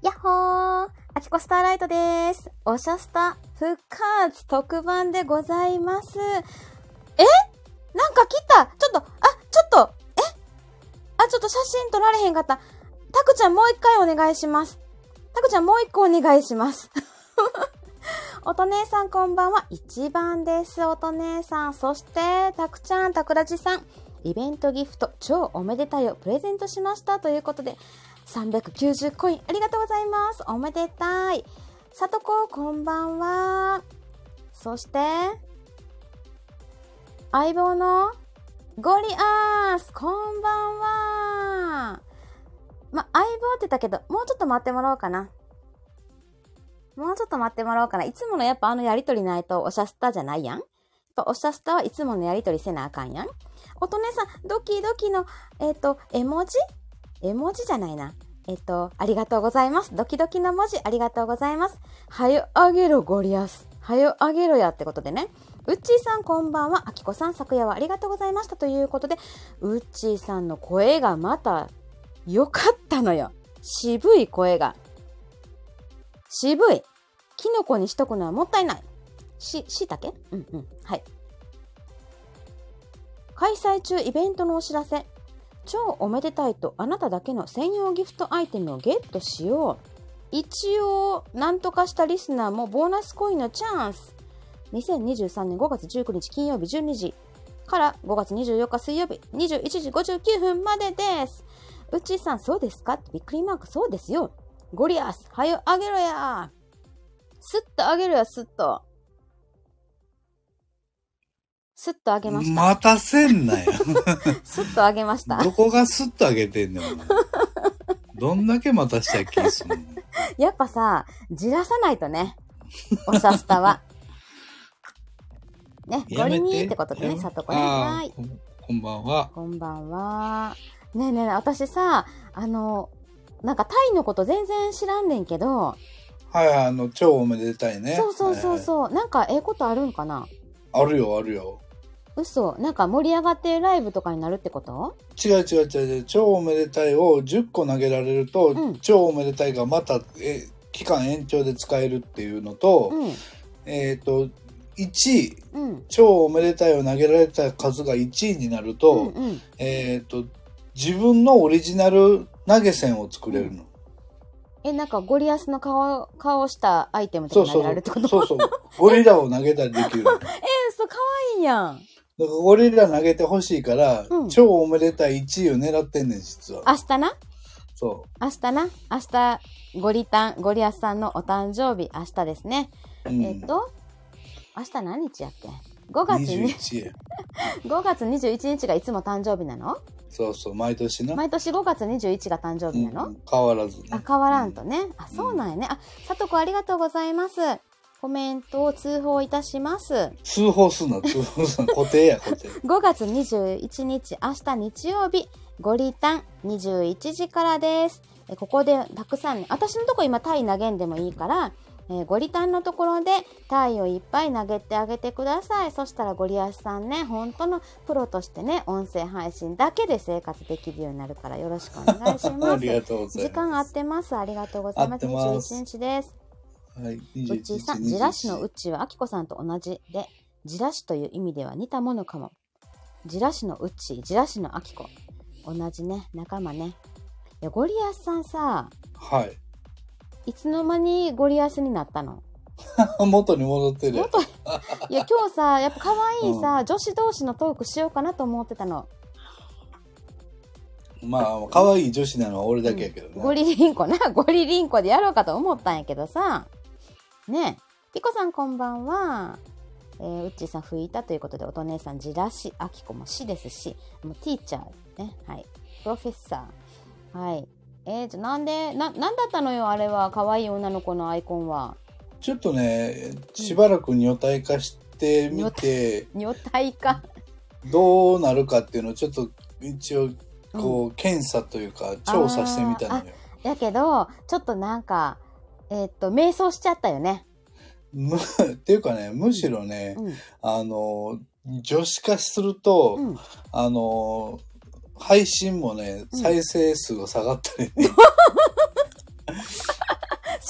やっほー、あきこスターライトです。おしゃスタ復活特番でございます。なんか来た。ちょっと写真撮られへんかった。たくちゃんもう一回お願いします。たくちゃんもう一個お願いします。おと姉さんこんばんは。1番です。おと姉さん。そして、たくちゃん、たくらじさん。イベントギフト超おめでたいをプレゼントしましたということで、390コインありがとうございます。おめでたい。さとここんばんは。そして相棒のゴリアースこんばんは。相棒って言ったけど、もうちょっと待ってもらおうかな。いつものやっぱやりとりないとおしゃスタじゃないやん。やっぱおしゃスタはいつものやりとりせなあかんやん。おとねさん、ドキドキの、絵文字じゃないな。ありがとうございます。ドキドキの文字ありがとうございます。はよあげろゴリアス。はよあげろやってことでね。うっちーさんこんばんは。あきこさん昨夜はありがとうございましたということで、うっちーさんの声がまた良かったのよ。渋い声が。渋い。キノコにしとくのはもったいない。しいたけ？はい。開催中イベントのお知らせ。超おめでたいとあなただけの専用ギフトアイテムをゲットしよう。一応、なんとかしたリスナーもボーナスコインのチャンス。2023年5月19日金曜日12時から5月24日水曜日21時59分までです。うっちーさん、そうですかってびっくりマーク、そうですよ。ゴリアス、はよあげろや。すっとあげろや、すっと。すっとあげました。 待たせんなよ。 すっとあげました。 どこがすっとあげてんねん。どんだけ待たしたい気すんの。 やっぱさ、じらさないとね。おしゃスタは。ね、ゴリニーってことでね、さとこね。はい。 こんばんは。 こんばんは。ねえねえ、私さ、なんかタイのこと全然知らんねんけど。 はい、超おめでたいね。 そう。なんかことあるんかな？ あるよ。 嘘。なんか盛り上がってるライブとかになるってこと？ 違う。超おめでたいを10個投げられると、超おめでたいがまた、期間延長で使えるっていうのと、1位、超おめでたいを投げられた数が1位になると、自分のオリジナル投げ銭を作れるの。 なんかゴリアスの顔したアイテムとか投げられるってこと？ そう。ゴリラを投げたりできる。 そう、かわいいやん。 だからゴリラ投げてほしいから、超おめでたい1位を狙ってんねん、実は。 明日な。 そう。 明日、ゴリアスさんのお誕生日、明日ですね。明日何日やっけ？ 5 月 21や。 5月21日がいつも誕生日なの？ そう、毎年な。 毎年5月21が誕生日なの？ 変わらずね。 変わらんとね。そうなんやね。さとこありがとうございます。コメントを通報いたします。 通報すんな。固定や、固定。 5月21日、明日日曜日、ゴリタン21時からです。ここでたくさんね、私のとこ今タイ投げんでもいいから、ゴリタンのところでタイをいっぱい投げてあげてください。そしたらゴリアスさんね、本当のプロとしてね、音声配信だけで生活できるようになるからよろしくお願いします。 ありがとうございます。 時間合ってます。ありがとうございます。21日です。 はい、 うっちーさん、ジラシのうっちーはあきこさんと同じで、ジラシという意味では似たものかも。ジラシのうっちー、ジラシのあきこ。同じね、仲間ね。いや、ゴリアスさんさ、 はい。 いつの間にゴリアスになったの？ 元に戻ってるやん。 いや、今日さ、やっぱ可愛いさ、女子同士のトークしようかなと思ってたの。 可愛い女子なのは俺だけやけどね。 ゴリリンコな。ゴリリンコでやろうかと思ったんやけどさ。ねえ。ピコさんこんばんは。うっちーさん吹いたということで、おと姉さんじらし、あきこもしですし、もうティーチャーね。はい。プロフェッサー。はい。じゃなんだったのよ、あれは。可愛い女の子のアイコンは。 ちょっとね、しばらく女体化してみて、 女体化どうなるかっていうのをちょっと一応、検査というか、調査してみたのよ。 やけど、ちょっとなんか、迷走しちゃったよね。 っていうかね、むしろね、女子化すると、配信もね、再生数が下がったりね。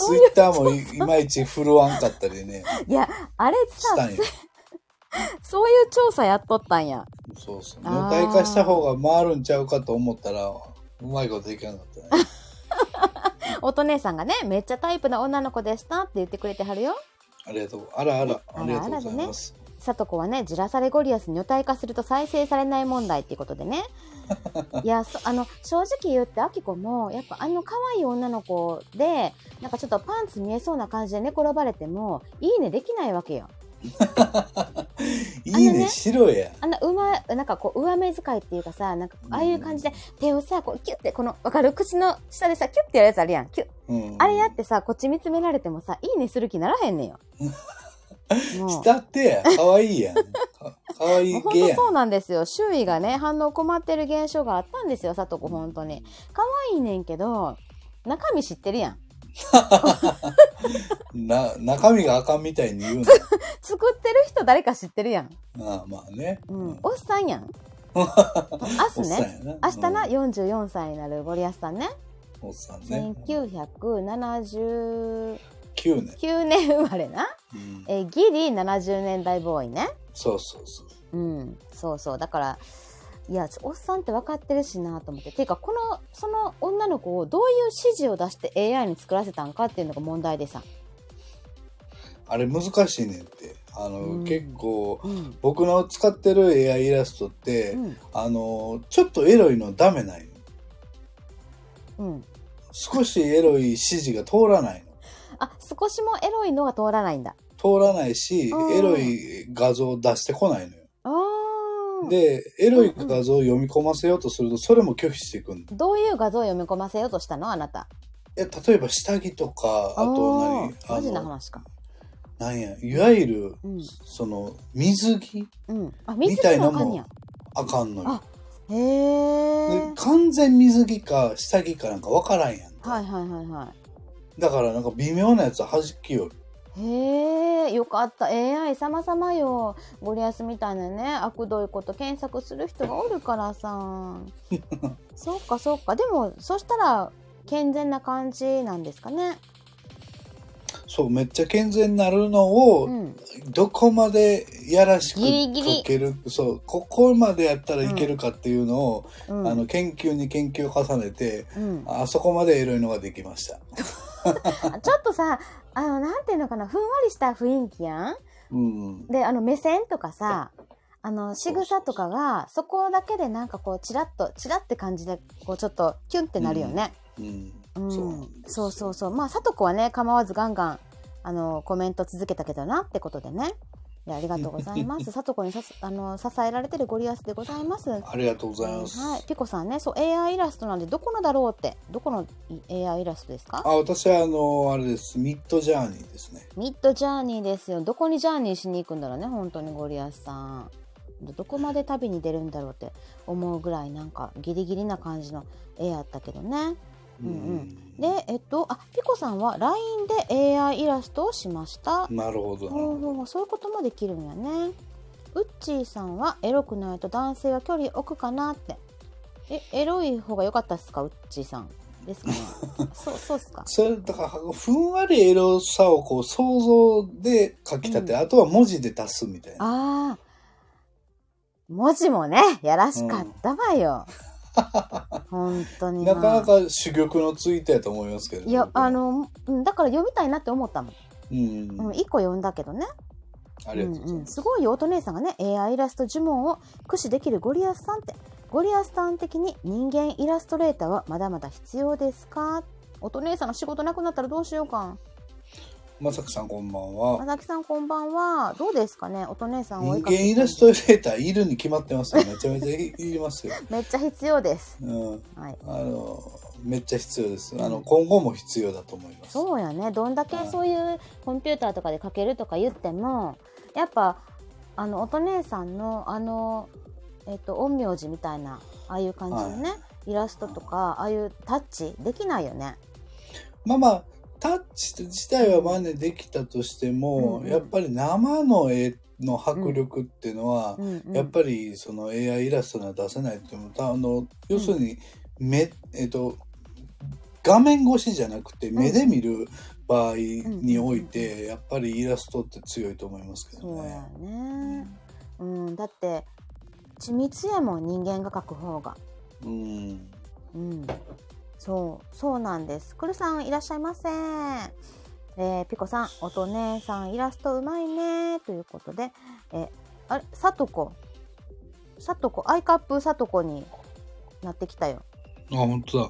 ツイッターもいまいち振るわんかったりね。 いや、あれさ、 したんよ。 そういう調査やっとったんや。 そうそう。女体化した方が回るんちゃうかと思ったら、うまいこといかなかったね。 音姉さんがね、めっちゃタイプな女の子でしたって言ってくれてはるよ。 ありがとう。あらあら、ありがとうございます。 さとこはね、じらされゴリアスに女体化すると再生されない問題っていうことでね。いや、正直言ってあきこも、やっぱ可愛い女の子で、なんかちょっとパンツ見えそうな感じで寝転ばれても、いいねできないわけよ。 いいねしろや。 なんかこう、上目遣いっていうかさ、なんか、ああいう感じで、手をさ、こう、キュッて、わかる口の下でさ、キュッてやるやつあるやん。キュッ。あれやってさ、こっち見つめられてもさ、いいねする気ならへんねんよ。 したってや。かわいいやん。かわいい本当そうなんですよ。周囲がね、反応困ってる現象があったんですよ、さとこ、本当に。かわいいねんけど、中身知ってるやん。 中身があかんみたいに言うの。 作ってる人誰か知ってるやん。 まあね。 おっさんやん。明日ね。明日な、44歳になるゴリアスさんね。 おっさんね。 1979 9 年生まれな。ギリ70年代ボーイね。 そうそうそう。 そうそう。だから、いや、おっさんって分かってるしなと思って。ていうか、その女の子をどういう指示を出して AI に作らせたんかっていうのが問題でさ。 あれ難しいねんって。結構、僕の使ってる AI イラストって、ちょっとエロいのダメないの。少しエロい指示が通らないの。 少しもエロいのが通らないんだ。 通らないし、エロい画像を出してこないのよ。で、エロい画像を読み込ませようとすると、それも拒否していくんだ。 どういう画像を読み込ませようとしたのあなた。 例えば下着とか、あとマジな話か。 なんや、いわゆる、水着みたいなのもあかんのよ。で完全水着か下着かなんかわからんやん。だからなんか微妙なやつは弾きよる。 よかった。AI 様々よ。ゴリアスみたいなね、悪どいこと検索する人がおるからさ。そっかそっか。でも、そしたら、健全な感じなんですかね。 そう、めっちゃ健全になるのを、どこまでやらしくかける、そう、ここまでやったらいけるかっていうのを、研究に研究を重ねて、あそこまでエロいのができました。 ちょっとさ、なんていうのかな、ふんわりした雰囲気やん。で、目線とかさ、仕草とかが、そこだけでなんかこう、チラって感じで、こう、ちょっと、キュンってなるよね。そうそうそう。まあ、さとこはね、構わずガンガン、コメント続けたけどなってことでね。いや、ありがとうございます。さとこに支えられてるゴリアスでございます。 ありがとうございます。 はい。ピコさんね、そう、AI イラストなんで、どこのだろうって、どこの AI イラストですか？ 私はあれです。ミッドジャーニーですね。 ミッドジャーニーですよ。どこにジャーニーしに行くんだろうね、本当にゴリアスさん。どこまで旅に出るんだろうって思うぐらい、なんかギリギリな感じの絵やったけどね。で、ピコさんは LINE で AI イラストをしました。 なるほど。 そういうこともできるんやね。ウッチーさんはエロくないと男性は距離置くかなって。エロい方が良かったですか、ウッチーさん。ですかね。そうっすか。 それ、だから、ふんわりエロさをこう想像で書き立て、あとは文字で出すみたいな。 文字もね、やらしかったわよ。本当になかなか珠玉のついたやと思いますけど。 いや、だから読みたいなって思ったもん。一個読んだけどね。 ありがとうございます。 すごいよ、音姉さんがね、AI イラスト呪文を駆使できるゴリアスさんって。ゴリアスさん的に人間イラストレーターはまだまだ必要ですか？音姉さんの仕事なくなったらどうしようか。 まさきさんこんばんは。 まさきさんこんばんは。どうですかね、音姉さんを人間イラストレーターいるに決まってますよ。めちゃめちゃいりますよ。 めっちゃ必要です。 はい。めっちゃ必要です。今後も必要だと思います。 そうやね。どんだけそういうコンピューターとかで書けるとか言っても、やっぱ音姉さんの陰陽師みたいなああいう感じのね、イラストとかああいうタッチできないよね。 まあタッチ自体は真似できたとしても、やっぱり生の絵の迫力っていうのは、やっぱりその AI イラストには出せないっていうの要するに画面越しじゃなくて目で見る場合において、やっぱりイラストって強いと思いますけどね。 そうやね。だって緻密やもん、人間が描く方が。そうなんです。くるさんいらっしゃいませ。ピコさん、おと姉さんイラストうまいねということで、あれ、さとこアイカップさとこになってきたよ。 あ、本当だ。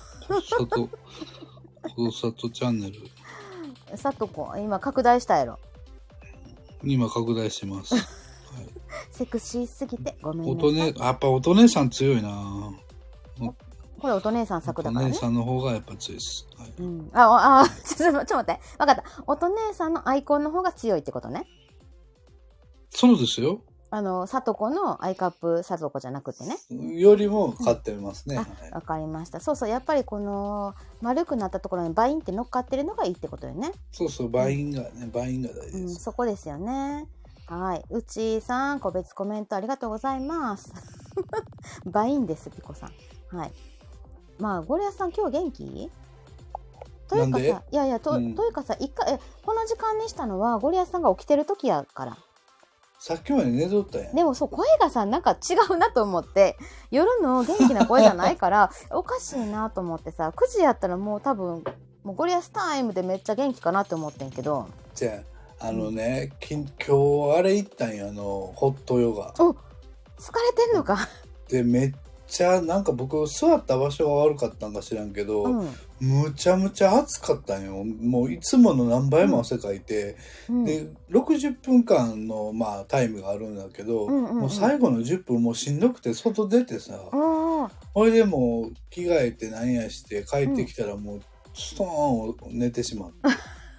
コドサトチャンネル。 さとこ、今拡大したやろ。 今拡大してます。はい、 セクシーすぎてごめんなさい。 やっぱおと姉さん強いな。 これおと姉さん作だからね。 おと姉さんの方がやっぱ強いです。はい、 ちょっと待って。わかった。おと姉さんのアイコンの方が強いってことね。 そうですよ。 さとこのアイカップさとこじゃなくてね。 よりも買ってますね。 わかりました。そうそう。やっぱりこの丸くなったところにバインって乗っかってるのがいいってことよね。 そうそう、バインが大事です。 そこですよね。はい。うちさん、個別コメントありがとうございます。バインです、ピコさん。はい。まあ、ゴリアスさん今日元気？というかさ、というかさ、この時間にしたのはゴリアスさんが起きてる時やから。 さっきまで寝とったやん。 でもそう、声がさ、なんか違うなと思って、夜の元気な声じゃないから、おかしいなと思ってさ、9時やったらもう多分、もうゴリアスタイムでめっちゃ元気かなって思ってんけど。 じゃあ、今日あれ行ったんや、ホットヨガ。 お、疲れてんのか。 で、めっちゃ、なんか僕座った場所が悪かったんか知らんけど、むちゃむちゃ暑かったんよ。もういつもの何倍も汗かいて、で、60分間の、タイムがあるんだけど、もう最後の10分もうしんどくて外出てさ、それでもう着替えてなんやして帰ってきたらもうストーンを寝てしまって。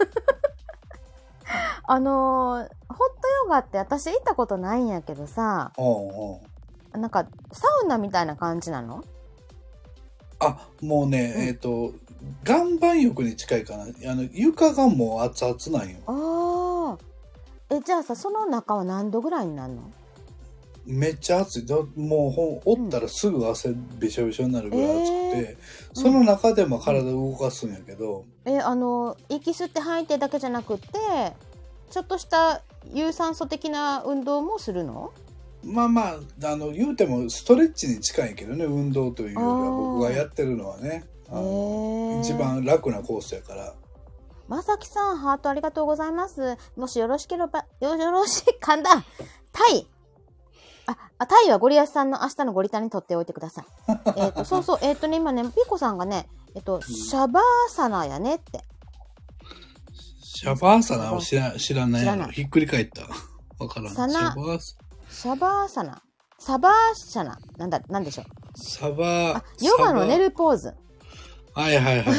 ホットヨガって私行ったことないんやけどさ、なんかサウナみたいな感じなの？ もうね、岩盤浴に近いかな。床がもう熱々なんよ。 じゃあさ、その中は何度ぐらいになるの？ めっちゃ暑い。もうおったらすぐ汗びしょびしょになるぐらい暑くて、その中でも体を動かすんやけど。 息吸って吐いてだけじゃなくて、ちょっとした有酸素的な運動もするの？ 言うてもストレッチに近いけどね、運動というよりは僕がやってるのはね、一番楽なコースやから。 まさきさん、ハートありがとうございます。もしよろしければ、噛んだ。タイはゴリアスさんの明日のゴリタに取っておいてください。そうそう、今ね、ピコさんがね、シャバーサナやねって。 シャバーサナを知らないやろ。ひっくり返った。わからん。 シャバーサナ。サバーシャナ。なんでしょう。ヨガの寝るポーズ。 はい。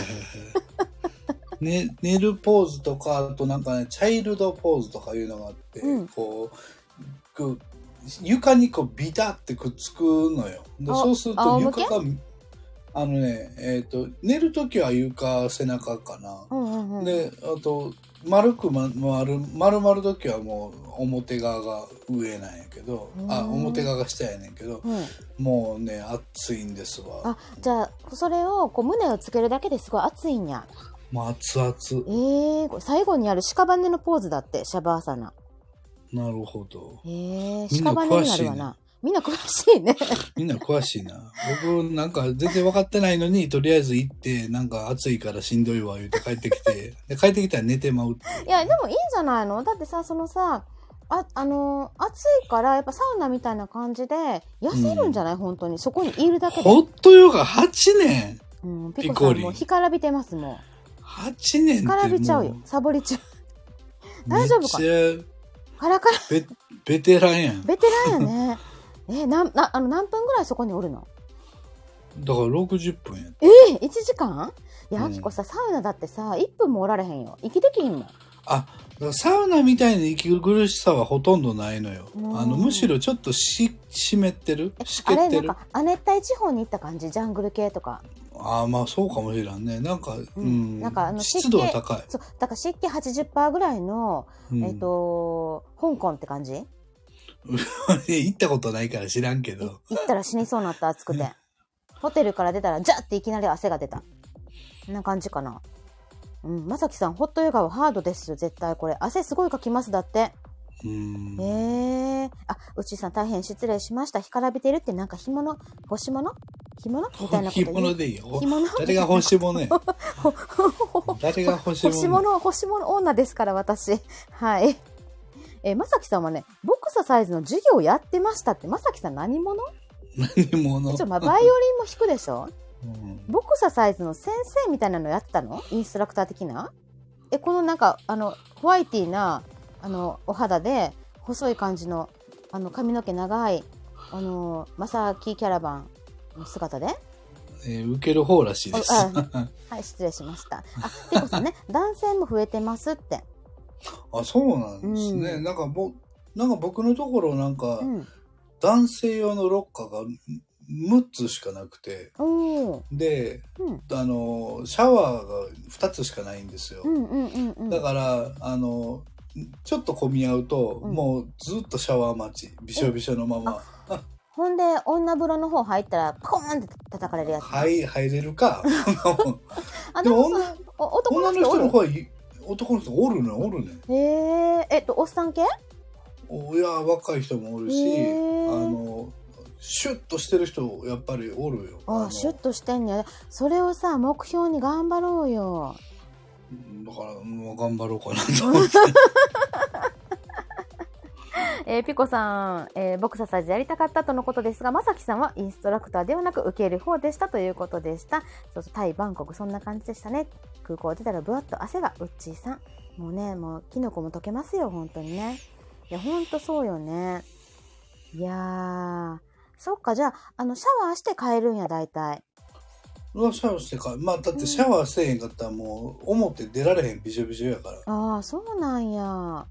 寝るポーズとか、あとなんかね、チャイルドポーズとかいうのがあって、床にビタってくっつくのよ。でそうすると床が、寝るときは床背中かな。で、あと、丸々時はもう表側が上なんやけど、表側が下やねんけど、もうね、暑いんですわ。 じゃあ、それを胸をつけるだけですごい暑いんや。 もう熱々。 最後にある屍のポーズだって、シャバーサナ。 なるほど。 屍になるわな。みんな詳しいね。 みんな詳しいな。僕なんか全然分かってないのに、とりあえず行って、なんか暑いからしんどいわ言うて帰ってきて、で帰ってきたら寝てまうって。 いや、でもいいんじゃないの？だってさ、暑いからやっぱサウナみたいな感じで痩せるんじゃない？本当に。そこにいるだけで。 ホットヨガ8年。 ピコさんもう干からびてますもん。 8年ってもう。 干からびちゃうよ。サボりちゃう。大丈夫か？カラカラ。 ベテランやん。 ベテランやね。何分ぐらいそこにおるの？ だから60分や。 1時間？いや、あきこさ、サウナだってさ、1分もおられへんよ。息できひんもん。 サウナみたいな息苦しさはほとんどないのよ。むしろちょっと湿ってる？しけってる？ なんか、亜熱帯地方に行った感じ？ジャングル系とか。 そうかもしれんね。なんか湿度は高い。 そう、だから湿気 80% ぐらいの、香港って感じ？ 行ったことないから知らんけど。 行ったら死にそうになった、暑くて。ホテルから出たら、ジャッていきなり汗が出た。こんな感じかな。 うん、まさきさん、ホットヨガはハードですよ、絶対これ。汗すごいかきます、だって。あ、うちさん大変失礼しました。干からびてるってなんか干物みたいなこと言う。 干物でいいよ。 干物誰が干し物や。誰が干し物。 干し物女ですから、私。はい。まさきさんはね、ボクササイズの授業やってましたって。まさきさん何者？バイオリンも弾くでしょ？ボクササイズの先生みたいなのやってたの？インストラクター的な？このなんか、ホワイティーな、お肌で、細い感じの、髪の毛長い、まさきキャラバンの姿で。 受ける方らしいです。 はい、失礼しました。ピコさんね、男性も増えてますって。 そうなんですね。なんか僕のところ男性用のロッカーが6つしかなくて、で、シャワーが2つしかないんですよ。だから、ちょっと混み合うと、もうずっとシャワー待ち、びしょびしょのまま。 ほんで、女風呂の方入ったら、ポーンって叩かれるやつ。 入れるか。でも女の人の方は、男の人おるね。 おっさん系？ いや、若い人もおるし、シュッとしてる人、やっぱりおるよ。 シュッとしてんね。それをさ、目標に頑張ろうよ。 だから、もう頑張ろうかなと思って。 ピコさん、ボクササイズやりたかったとのことですが、まさきさんはインストラクターではなく受ける方でしたということでした。タイ・バンコクそんな感じでしたね。空港出たらブワッと汗が、うっちーさん。もうね、キノコも溶けますよ、本当にね。いや、本当そうよね。いやー、そっか、じゃあ、シャワーして帰るんや、大体。 シャワーしてか、だってシャワーせえへんかったらもう、表出られへんびしょびしょやから。 そうなんや。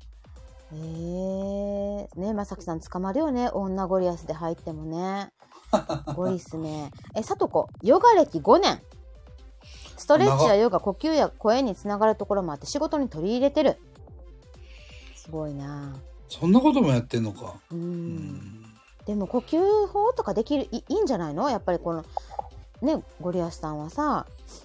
ね、まさきさん捕まるよね。女ゴリアスで入ってもね。ゴリスね。さとこ、ヨガ歴5年。ストレッチやヨガ、呼吸や声につながるところもあって仕事に取り入れてる。すごいな。 そんなこともやってんのか。 でも呼吸法とかできる、いいんじゃないの？やっぱりこの、ね、ゴリアスさんはさ、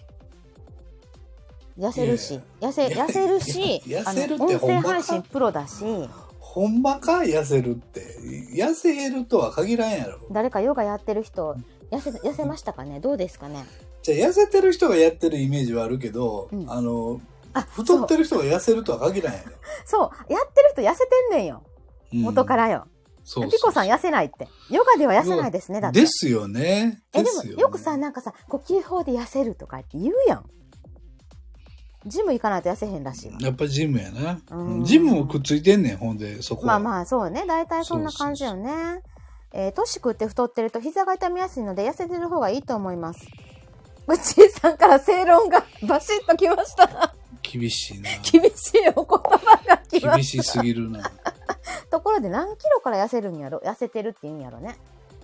痩せるし、痩せるし、音声配信プロだし。 ほんまか？痩せるって。痩せるとは限らんやろ。 誰かヨガやってる人、痩せましたかね？どうですかね？ じゃあ痩せてる人がやってるイメージはあるけど、太ってる人が痩せるとは限らんやろ。 そう、やってる人痩せてんねんよ。元からよ。ピコさん痩せないって。ヨガでは痩せないですね、だって。 ですよね。 でもよくさ、なんかさ、呼吸法で痩せるとかって言うやん。ジム行かないと痩せへんらしいわ。 やっぱジムやな。ジムもくっついてんねん、ほんで、そこは。 そうね。大体そんな感じよね。年食って太ってると膝が痛みやすいので痩せてる方がいいと思います。うちーさんから正論がバシッときました。 厳しいな。 厳しいお言葉がきました。 厳しすぎるな。 ところで何キロから痩せるんやろ？痩せてるって言うんやろね。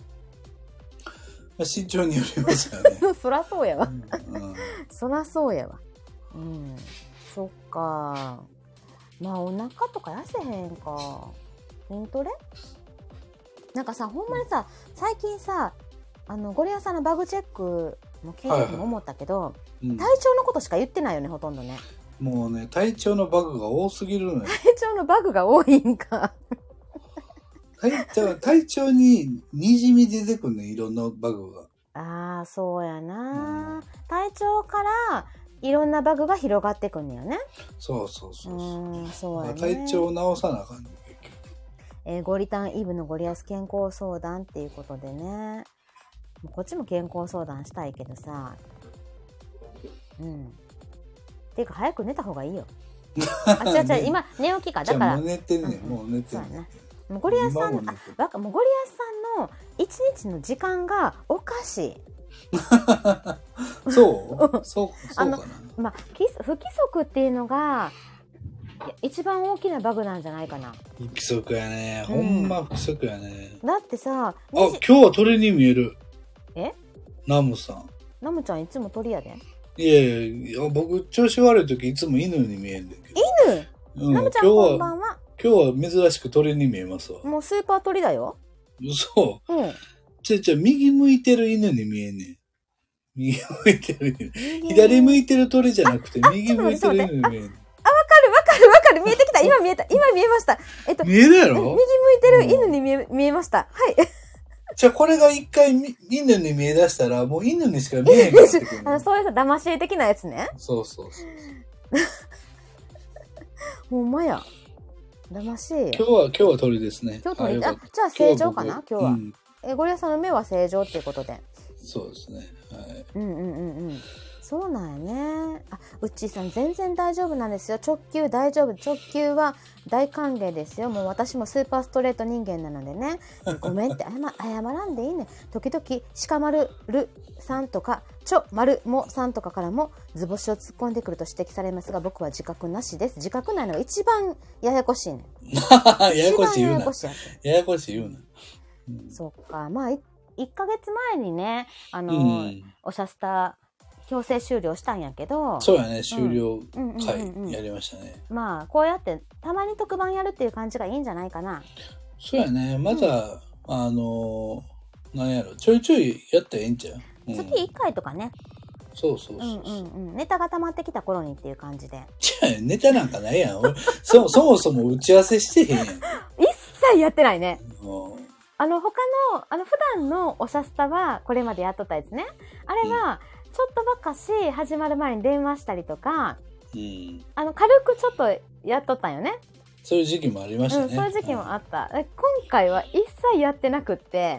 身長によりますよね。 そらそうやわ。そらそうやわ。そっか。お腹とか痩せへんか。筋トレ？なんかさ、ほんまにさ、最近さ、ゴリアさんのバグチェックの経験も思ったけど、体調のことしか言ってないよね、ほとんどね。 もうね、体調のバグが多すぎるのよ。 体調のバグが多いんか。 体調ににじみ出てくんねん、いろんなバグが。 そうやな。体調からいろんなバグが広がってくんねよね。 そう。 そうやね。 体調を直さなあかんねん、結局。ゴリタンイブのゴリアス健康相談っていうことでね。こっちも健康相談したいけどさ。っていうか早く寝た方がいいよ。違う、今寝起きか。だから。 もう寝てんねん、もう寝てんねん。 もうゴリアスさんの一日の時間がおかしい。 そうかな。 不規則っていうのが一番大きなバグなんじゃないかな。 不規則やね。ほんま不規則やね。 だってさ、 今日は鳥に見える。ナムさん。 ナムちゃんいつも鳥やで。 いや、僕調子悪い時いつも犬に見えるんだけど。 犬？ナムちゃんこんばんは。 今日は珍しく鳥に見えますわ。 もうスーパー鳥だよ。 嘘。右向いてる犬に見えんねん。 右向いてる。左向いてる鳥じゃなくて、右向いてる犬に見える。 わかる。見えてきた。今見えました。 見えるやろ？ 右向いてる犬に見えました。はい。 じゃあこれが一回犬に見え出したら、もう犬にしか見えへんかってくる。 そういうさ、騙し絵的なやつね。 そう。 ほんまや。騙し絵や。 今日は鳥ですね。 今日鳥。じゃあ正常かな今日は。ゴリラさんの目は正常っていうことで。 そうですね。はい。 そうなんやね。うっちーさん全然大丈夫なんですよ。直球大丈夫。直球は大歓迎ですよ。もう私もスーパーストレート人間なのでね。ごめんって謝らんでいいね。時々鹿丸るさんとかちょ丸もさんとかからも図星を突っ込んでくると指摘されますが、僕は自覚なしです。自覚ないのが一番ややこしいね。 ややこしい言うな。ややこしい言うな。 そっか。まあ1ヶ月前にね、おしゃスタ強制終了したんやけど。 そうやね、終了会やりましたね。 まあこうやってたまに特番やるっていう感じがいいんじゃないかな。 そうやね、まだなんやろ、ちょいちょいやったらええんちゃう？ 月1回とかね。 そう。 ネタが溜まってきた頃にっていう感じで。 ネタなんかないやん。俺そもそも打ち合わせしてへんやん。 一切やってないね。他の普段のおしゃスタはこれまでやっとったやつね。あれはちょっとばっかし始まる前に電話したりとか、軽くちょっとやっとったんよね。 そういう時期もありましたね。 そういう時期もあった。今回は一切やってなくって、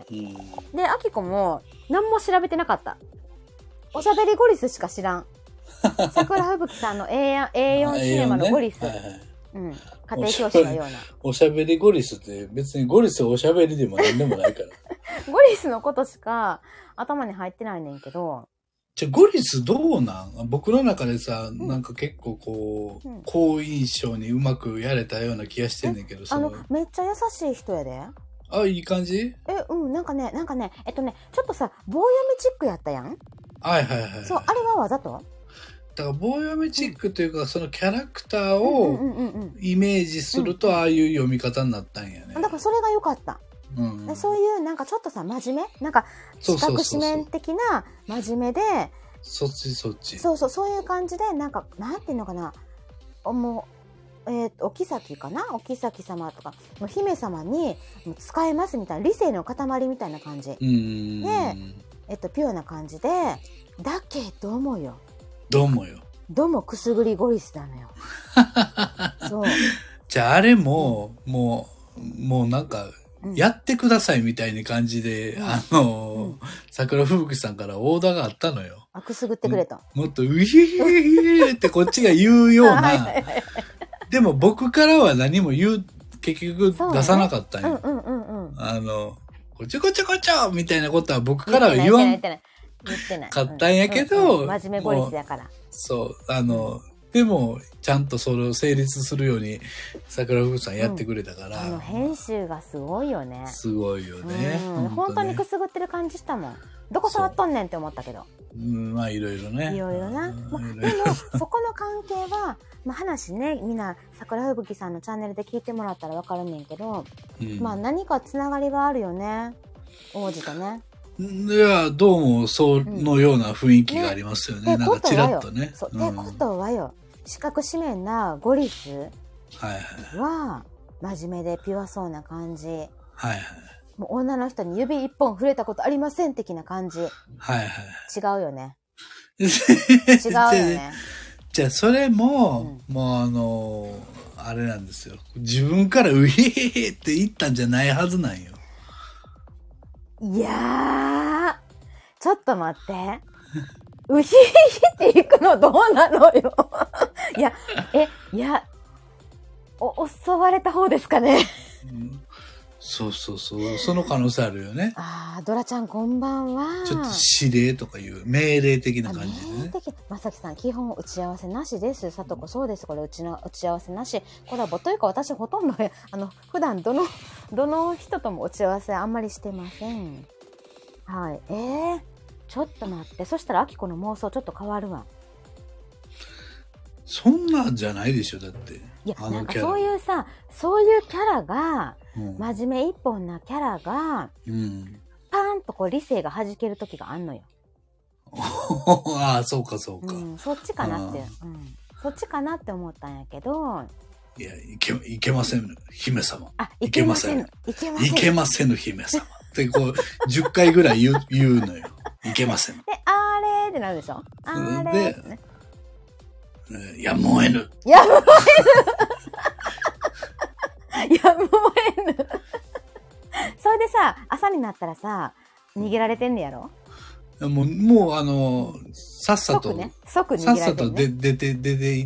であきこも何も調べてなかった。おしゃべりゴリスしか知らん。桜吹雪さんの A4 シネマのゴリス。家庭教師のような。 おしゃべりゴリスって別にゴリスおしゃべりでも何でもないから。 ゴリスのことしか頭に入ってないねんけど。 じゃゴリスどうなん？僕の中でさ、なんか結構こう、好印象にうまくやれたような気がしてんねんけど、 めっちゃ優しい人やで。 いい感じ？ なんかね、ちょっとさ、棒読みチックやったやん？ はい。 そう、あれはわざと？ だから棒読みチックというか、そのキャラクターをイメージすると、ああいう読み方になったんやね。 だからそれが良かった。そういうなんかちょっとさ真面目なんか四角四面的な真面目でそっちそういう感じでなんかなんていうのかなもうお妃かなお妃様とか姫様に使えますみたいな理性の塊みたいな感じでピュアな感じでだけどもくすぐりゴリスなのよ。そうじゃああれももうなんかやってくださいみたいな感じで、桜吹雪さんからオーダーがあったのよ。 くすぐってくれと。 もっと、うひーってこっちが言うような。でも僕からは何も結局出さなかったんよ。こちょこちょこちょみたいなことは僕からは言わんかったんやけど、 真面目ゴリスやから。 そう、でも、ちゃんとそれを成立するように、桜吹雪さんやってくれたから。 編集がすごいよね。 すごいよね。 本当にくすぐってる感じしたもん。どこ触っとんねんって思ったけど。 まあ、いろいろね。 いろいろな。でも、そこの関係は、話ね、みんな、桜吹雪さんのチャンネルで聞いてもらったらわかるねんけど、何かつながりがあるよね。王子とね。 いや、どうも、そのような雰囲気がありますよね。なんか、ちらっとね。 ってことはよ。四角四面なゴリスは真面目でピュアそうな感じ。もう女の人に指一本触れたことありません的な感じ。違うよね。違うよね。 じゃあそれも、もうあれなんですよ。自分からウヒヒヒって言ったんじゃないはずなんよ。 いやー、ちょっと待って。ウヒヒヒっていくのどうなのよ。いや、襲われた方ですかね。 そうその可能性あるよね。 ドラちゃんこんばんは。 ちょっと指令とかいう命令的な感じでね。 まさきさん基本打ち合わせなしです。さとこそうです。これ打ち合わせなし。コラボというか私ほとんど普段どの人とも打ち合わせあんまりしてません。はい。ちょっと待って。そしたらあきこの妄想ちょっと変わるわ。 そんなんじゃないでしょだって。 いやなんかそういうキャラが、真面目一本なキャラが、パーンとこう理性が弾ける時があんのよ。 ああ、そうかそうか。 そっちかなって。そっちかなって思ったんやけど。 いや、いけません、姫様。 いけません。 いけません、姫様。ってこう、10回ぐらい言うのよ。いけません。 で、あれーってなるでしょ。あれーってね。 やむを得ぬ。 やむを得ぬ。やむを得ぬ。それでさ、朝になったらさ、逃げられてんねやろ？ もうさっさと、 即逃げられてんね。 出て行って、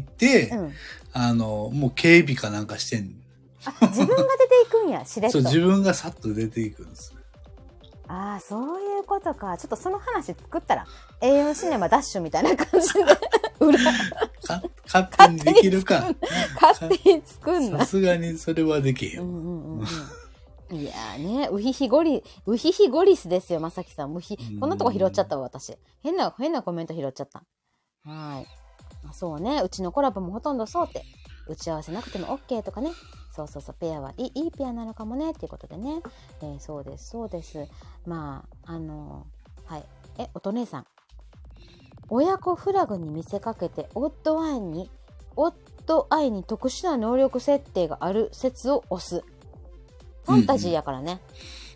もう警備かなんかしてん。 自分が出ていくんや、しれっと。 そう、自分がさっと出ていくんです。 ああ、そういうことか。ちょっとその話作ったら、A4 シネマダッシュみたいな感じで、 勝手にできるか。 勝手に作んな。 さすがにそれはできへん。 いやーね、ウヒヒゴリスですよ、まさきさん。こんなとこ拾っちゃったわ、私。変なコメント拾っちゃった。はい。そうね、うちのコラボもほとんどそうって。打ち合わせなくても OK とかね。そうそうそう、ペアはいいペアなのかもね、っていうことでね。そうです、そうです。まあ、はい。音姉さん。親子フラグに見せかけて、夫愛に特殊な能力設定がある説を押す。ファンタジーやからね。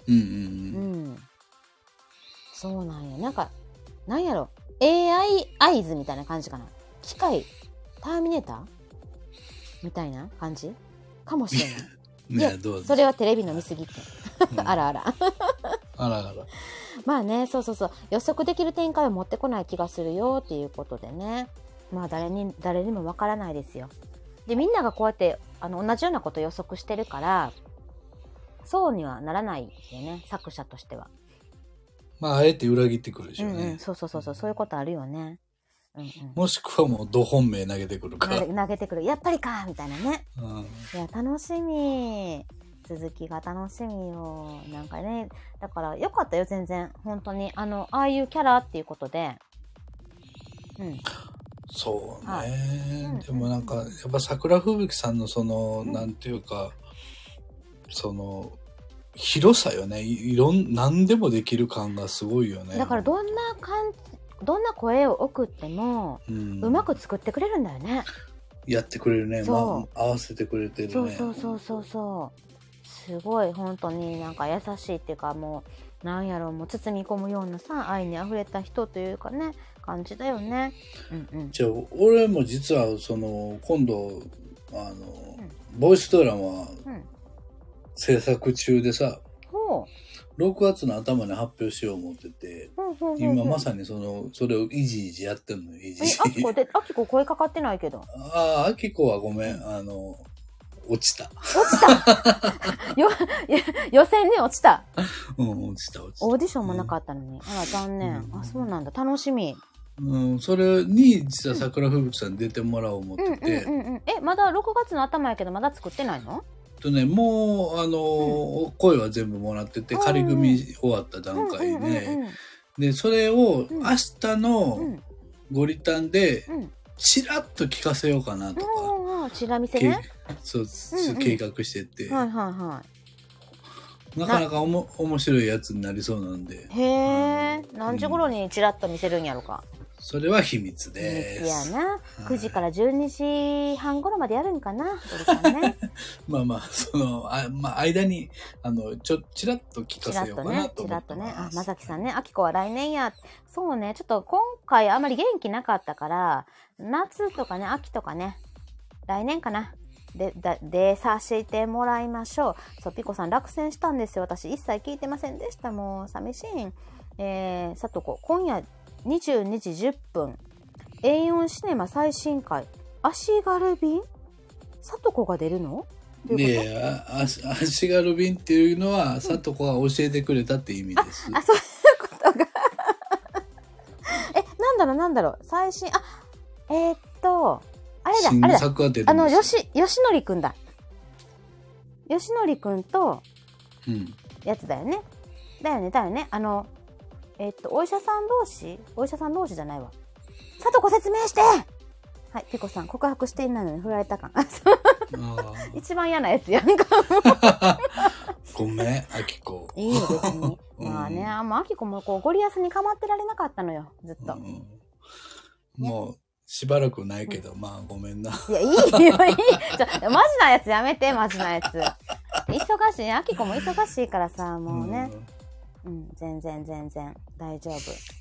そうなんや。なんやろ。AI アイズみたいな感じかな。機械、ターミネーターみたいな感じかもしれない。いや、それはテレビの見過ぎって。あらあら。 あらあら。 まあね、そうそうそう。予測できる展開を持ってこない気がするよっていうことでね。まあ誰にもわからないですよ。で、みんながこうやって同じようなことを予測してるから、そうにはならないよね、作者としては。 まあ、あえて裏切ってくるでしょうね。 そういうことあるよね。 もしくはもう、ど本命投げてくるか。 投げてくる。やっぱりかみたいなね。いや、楽しみ。続きが楽しみよ。なんかね、だからよかったよ、全然。本当に。ああいうキャラっていうことで。 そうね。でもなんか、やっぱ桜吹雪さんのなんていうか、広さよね。何でもできる感がすごいよね。 だからどんな声を送っても、うまく作ってくれるんだよね。 やってくれるね。合わせてくれてるね。 そう。すごい、本当になんか優しいっていうか、もう、なんやろう、もう包み込むようなさ、愛に溢れた人というかね、感じだよね。 じゃあ、俺も実は、今度、ボイスドラマ、制作中でさ、6月の頭に発表しよう思ってて、今まさにそれをいじいじやってんのよ、いじいじ。 あきこ声かかってないけど。 あきこはごめん、落ちた。 予選に落ちた。 落ちた。 オーディションもなかったのに。あら、残念。そうなんだ。楽しみ。 それに、実は桜吹雪さん出てもらおう思ってて。 まだ6月の頭やけど、まだ作ってないの？ もう、声は全部もらってて、仮組終わった段階で、で、それを明日のゴリタンで、チラッと聞かせようかなとか。 チラ見せね。 そう、計画してて。なかなか面白いやつになりそうなんで。 へえ、何時頃にチラッと見せるんやろか。 それは秘密です。 秘密やな。9時から12時半頃までやるんかな。 まあ、間に、チラッと聞かせようかなと思ってます。 チラッとね。まさきさんね、あきこは来年や。そうね、ちょっと今回あまり元気なかったから、夏とかね、秋とかね、来年かな。でさせてもらいましょう。そう、ピコさん落選したんですよ。私一切聞いてませんでした。もう寂しい。さとこ、今夜22時10分 A4 シネマ最新回足軽便さとこが出るの？ ねえ、足軽便っていうのはさとこが教えてくれたって意味です。 そういうことがなんだろう最新あれだ新作が出るんですよ。 吉典くんだ。吉典くんとやつだよね。だよね。お医者さん同士じゃないわ。さとこ説明して。はい、ピコさん、告白していないのに振られた感。一番嫌なやつやんか。 ごめん、あきこ。 いいよ、別に。まあね、もうあきこもこうゴリアスに構ってられなかったのよ、ずっと。 もう、しばらくないけど、まあ、ごめんな。 いや、いいよ、いい。マジなやつやめて、マジなやつ。忙しい、あきこも忙しいからさ、もうね。全然、大丈夫。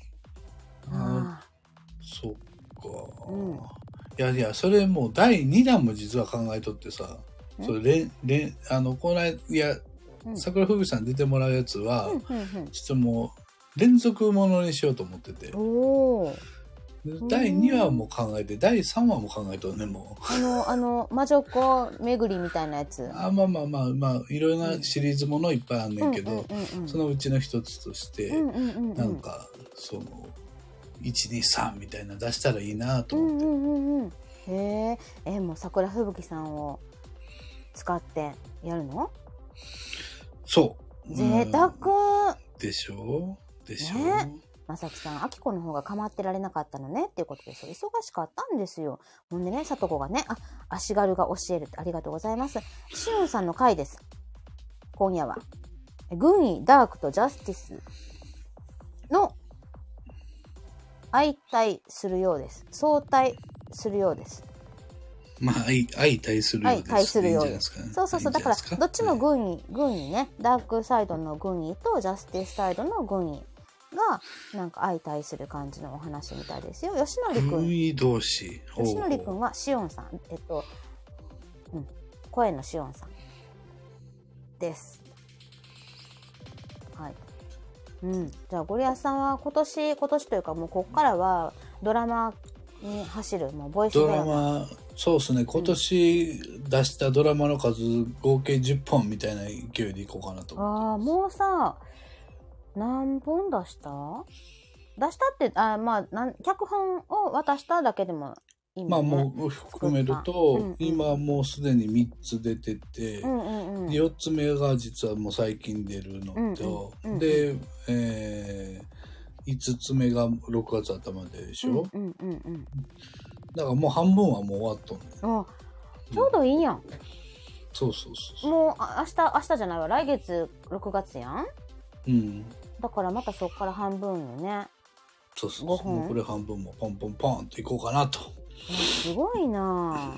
そっか。いや、それもう第2弾も実は考えとってさ、それ、この間、桜吹雪さん出てもらうやつは、ちょっともう、連続ものにしようと思ってて。第2話も考えて、第3話も考えとんね、もう。魔女っ子巡りみたいなやつ。 まあ、いろいろなシリーズものいっぱいあんねんけど、そのうちの一つとして、なんか、1、2、3みたいな出したらいいなと思って。 へえ、もう桜吹雪さんを使ってやるの？ そう。 贅沢。 でしょね。まさきさん、あきこの方が構ってられなかったのねっていうことですよ。忙しかったんですよ。ほんでね、さとこがね、足軽が教えるってありがとうございます。しおんさんの回です。今夜は。軍医、ダークとジャスティスの相対するようです。相対するようです。 まあ、相対するようです。 相対するようです。そう。だから、どっちも軍医ね、ダークサイドの軍医とジャスティスサイドの軍医が、なんか相対する感じのお話みたいですよ。吉典くん。 軍医同士。 吉典くんはしおんさん。声のしおんさんです。はい。じゃあゴリアスさんは今年というかもうこっからはドラマに走る、もうボイスドラマ。 そうですね、今年出したドラマの数合計10本みたいな勢いでいこうかなと思って。 もうさ、何本出したって、脚本を渡しただけでもいいもんね。 もう含めると、今もうすでに3つ出てて、4つ目が実はもう最近出るのと、で、5つ目が6月頭でしょ。だからもう半分はもう終わっとんね。 ちょうどいいやん。 そうもう明日じゃないわ、来月6月やん。だからまたそっから半分よね。 もうこれ半分もポンポンポンといこうかなと。 すごいな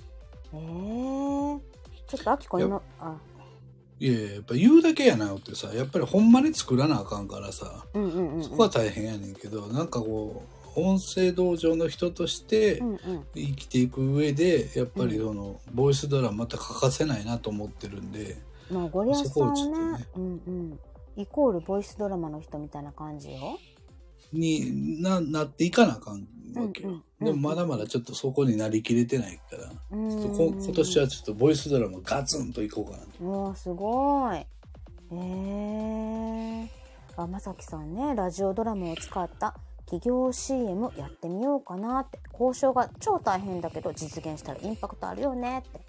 ぁ。ちょっとあきこ今やっぱ言うだけやなってさ、やっぱりほんまに作らなあかんからさ、そこは大変やねんけど、なんかこう音声道場の人として生きていく上で、やっぱりボイスドラマまた欠かせないなと思ってるんで、 ゴリアスさんね、イコールボイスドラマの人みたいな感じよ。 になっていかなあかんわけよ。でもまだまだちょっとそこになりきれてないから、今年はちょっとボイスドラマガツンといこうかなと。 もうすごい。まさきさんね、ラジオドラマを使った企業 CM やってみようかなって。交渉が超大変だけど実現したらインパクトあるよねって。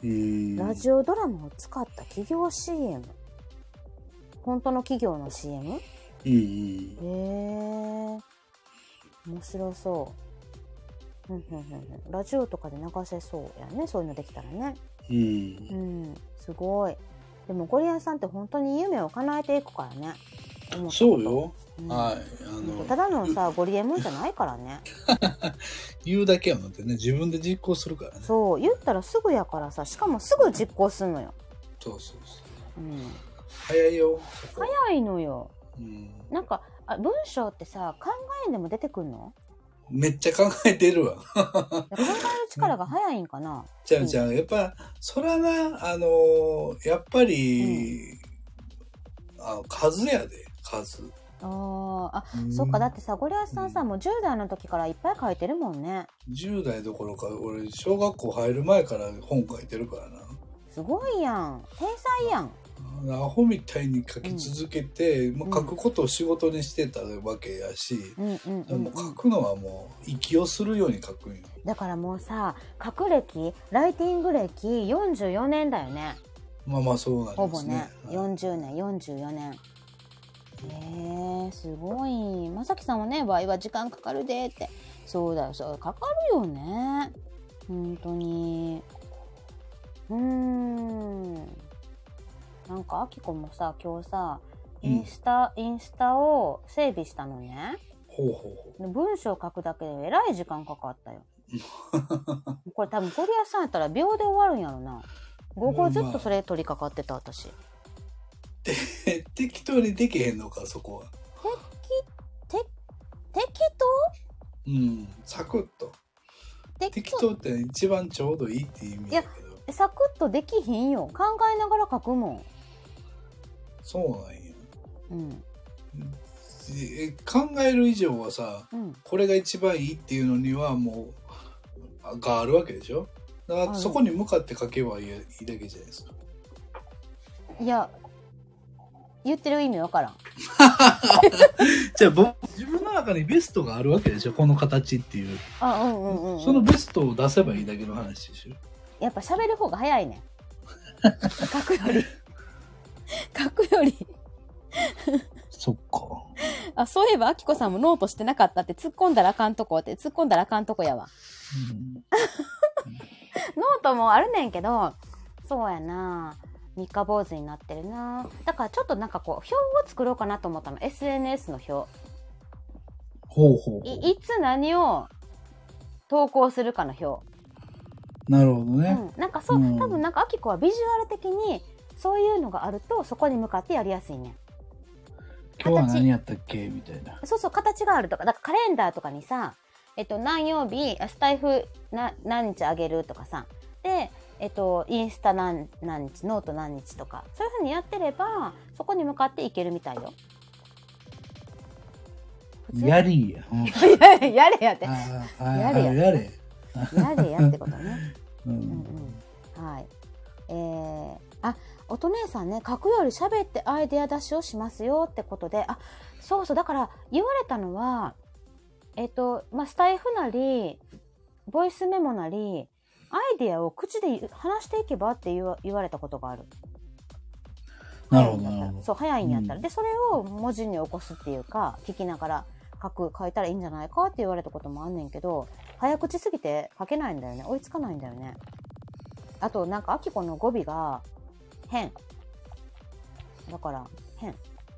ラジオドラマを使った企業 CM。本当の企業の CM？面白そう。ラジオとかで流せそうやね、そういうのできたらね。すごい。でもゴリアスさんって本当に夢を叶えていくからね。 そうよ。 ただのさ、ゴリエモンじゃないからね。 言うだけやもんってね、自分で実行するからね。 そう、言ったらすぐやからさ、しかもすぐ実行すんのよ。 そう。早いよ。 早いのよ。なんか文章ってさ、考えんでも出てくんの？ めっちゃ考えてるわ。 考える力が早いんかな。 じゃあやっぱそらな、やっぱり、数やで、数。 そっか。だってさ、ゴリアスさんさ、もう10代の時からいっぱい書いてるもんね。 10代どころか俺小学校入る前から本書いてるからな。 すごいやん、天才やん。 アホみたいに書き続けて、書くことを仕事にしてたわけやし、でも書くのはもう息をするように書くんよ。 だからもうさ、書く歴、ライティング歴44年だよね。 そうなんですね。 ほぼね、40年、44年。すごい。まさきさんはね、場合は時間かかるでって。そうだよ、かかるよね。本当に。なんかあきこもさ、今日さ、 インスタを整備したのね。 ほうほうほう。 文章書くだけでえらい時間かかったよ。これ多分ゴリアスさんやったら秒で終わるんやろな。午後ずっとそれ取り掛かってた私。 適当にできへんのか、そこは。 適当？うん、サクッと。適当って一番ちょうどいいって意味だけど。 いや、サクッとできひんよ。考えながら書くもん。 そうなんや。 うん。 考える以上はさ、これが一番いいっていうのにはもうがあるわけでしょ。だからそこに向かって書けばいいだけじゃないですか。 いや、言ってる意味わからん。 じゃあ自分の中にベストがあるわけでしょ、この形っていう。そのベストを出せばいいだけの話でしょ。 やっぱ喋る方が早いね。書くより。 そっか。 あ、そういえばあきこさんもノートしてなかったって突っ込んだらあかんとこやわ。ノートもあるねんけど、そうやな。三日坊主になってるな。だからちょっとなんかこう表を作ろうかなと思ったの。 SNS の表。 ほうほう。 いつ何を投稿するかの表。 なるほどね。 なんかそう、多分なんかあきこはビジュアル的にそういうのがあるとそこに向かってやりやすいね。 今日は何やったっけみたいな。 そう形があるとか、だからカレンダーとかにさ、何曜日スタイフ何日あげるとかさ、でインスタ何日、ノート何日とか、そういう風にやってればそこに向かっていけるみたいよ。 やりや。 やれやって。 やれやってことね。はい。音姉さんね、書くより喋ってアイデア出しをしますよってことで、そうだから言われたのは、スタイフなりボイスメモなりアイデアを口で話していけばって言われたことがある。 なるほど。 そう、早いんやったら、でそれを文字に起こすっていうか、聞きながら書いたらいいんじゃないかって言われたこともあんねんけど、早口すぎて書けないんだよね。追いつかないんだよね。あとなんかあきこの語尾が変だから変。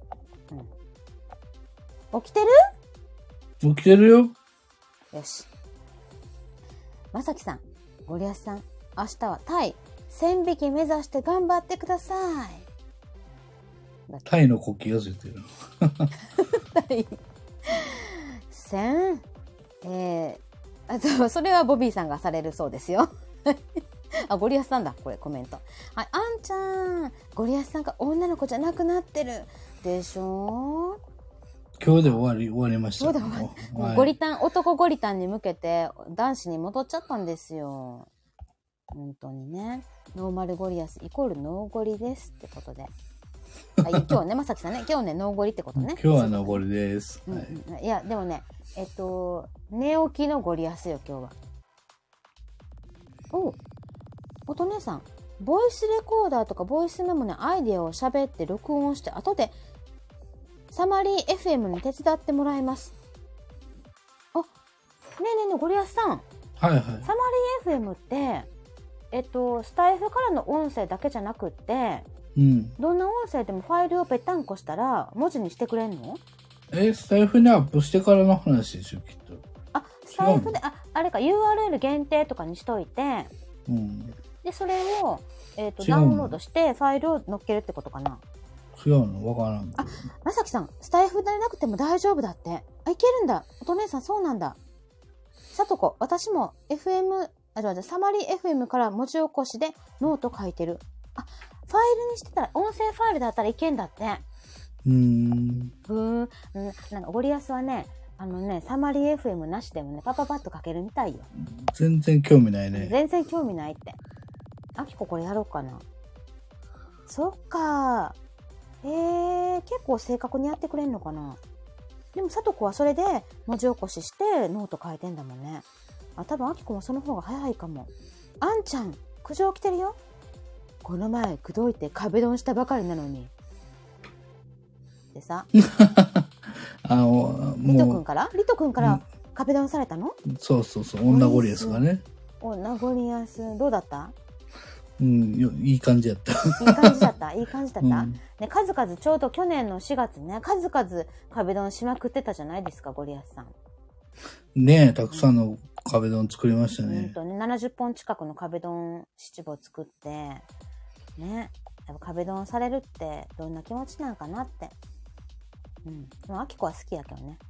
起きてるよ。 よし。まさきさん、ゴリアスさん、明日はタイ1000匹目指して頑張ってください。 タイの国旗がついてる。 タイ1000、あとそれはボビーさんがされるそうですよ。ゴリアスさんだ、これコメント。はい、あんちゃん、ゴリアスさんが女の子じゃなくなってるでしょ。 今日で終わりました。 男ゴリタンに向けて男子に戻っちゃったんですよ。本当にね。ノーマルゴリアスイコールノーゴリですってことで。今日ね、まさきさんね、今日ね、ノーゴリってことね。 今日はノーゴリです。 いや、でもね、寝起きのゴリアスよ、今日は。音姉さん、ボイスレコーダーとかボイスメモにアイデアを喋って録音して、後でサマリー FM に手伝ってもらいます。ねえゴリアスさん。 はいはい。 サマリー FM って、スタイフからの音声だけじゃなくって、どんな音声でもファイルをぺったんこしたら文字にしてくれんの？ スタイフにアップしてからの話でしょ、きっと。 スタイフで、あれか、URL 限定とかにしといて、で、それを、ダウンロードしてファイルを載っけるってことかな。 違うのわからん。 まさきさん、スタイフでなくても大丈夫だって。いけるんだ。お姉さん、そうなんだ。さとこ、私もサマリー FM から文字起こしでノート書いてる。ファイルにしてたら、音声ファイルだったらいけんだって。なんかゴリアスはね、サマリー FM なしでもね、パパパッと書けるみたいよ。 全然興味ないね。 全然興味ないって。あきここれやろうかな。そっか。結構正確にやってくれんのかな。でもさとこはそれで文字起こししてノート書いてんだもんね。多分あきこもその方が早いかも。あんちゃん、苦情来てるよ。この前口説いて壁ドンしたばかりなのに。でさ。リト君から壁ドンされたの？ そう。女ゴリアスがね。 女ゴリアス、どうだった？ うん、いい感じやった。 いい感じだった。いい感じだった。ね、数々、ちょうど去年の4月ね、数々壁ドンしまくってたじゃないですか、ゴリアスさん。 ねえ、たくさんの壁ドン作りましたね。 本当ね、70本近くの壁ドン七五作って、ね、やっぱ壁ドンされるってどんな気持ちなんかなって。うん。でも、アキコは好きやけどね。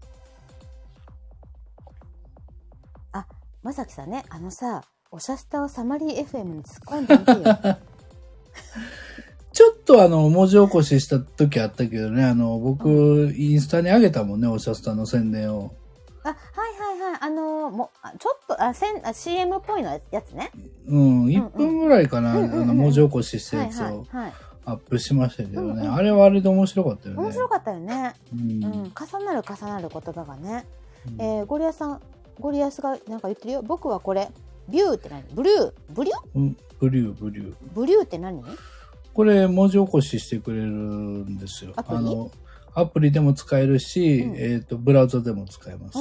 あ、まさきさんね、さ、おしゃスタをサマリー FM に突っ込んでみてよ。 ちょっと文字起こしした時あったけどね、僕、インスタに上げたもんね、おしゃスタの宣伝を。 あ、はいはいはい。ちょっと、CM っぽいのやつね。 うん、1分ぐらいかな、文字起こししたやつをアップしましたけどね。あれはあれで面白かったよね。 面白かったよね。 うん。 重なる言葉がね。ゴリアスがなんか言ってるよ。僕はこれ、ビューって何？ブリュー？ブリュー？ うん、ブリュー、ブリュー。 ブリューって何？これ文字起こししてくれるんですよ。アプリでも使えるし、ブラウザでも使えます。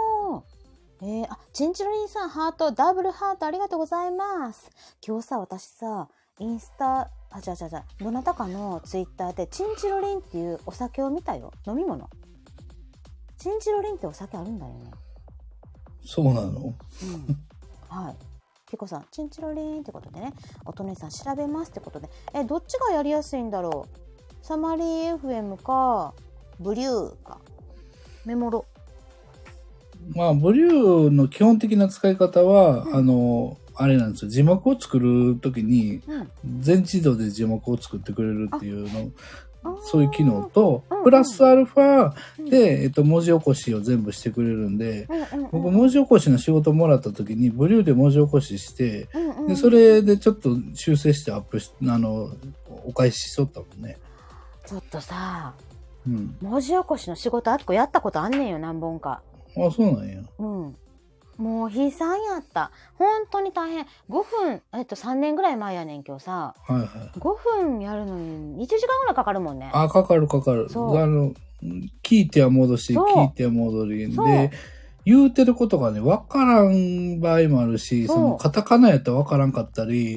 チンチロリンさん、ハート、ダブルハートありがとうございます。今日さ、私さ、インスタ、どなたかのツイッターで、チンチロリンっていうお酒を見たよ。飲み物。チンチロリンってお酒あるんだよね。 そうなの？うん。 はい。ピコさん、チンチロリンってことでね、おとねさん調べますってことで、どっちがやりやすいんだろう。サマリー FM か、ブリューか。メモロ。 まあ、ブリューの基本的な使い方は、あれなんですよ。字幕を作るときに、全自動で字幕を作ってくれるっていうの、そういう機能と、プラスアルファで、文字起こしを全部してくれるんで、僕、文字起こしの仕事もらったときに、ブリューで文字起こしして、で、それでちょっと修正してアップし、お返ししとったもんね。 ちょっとさ、文字起こしの仕事、あっこやったことあんねんよ、何本か。 あ、そうなんや。 もう悲惨やった。本当に大変。5分、3年ぐらい前やねん、今日さ。 はいはい。 5分やるのに1時間ぐらいかかるもんね。 あ、かかる。聞いては戻し、聞いては戻りで、言うてることがね、わからん場合もあるし、カタカナやったらわからんかったり、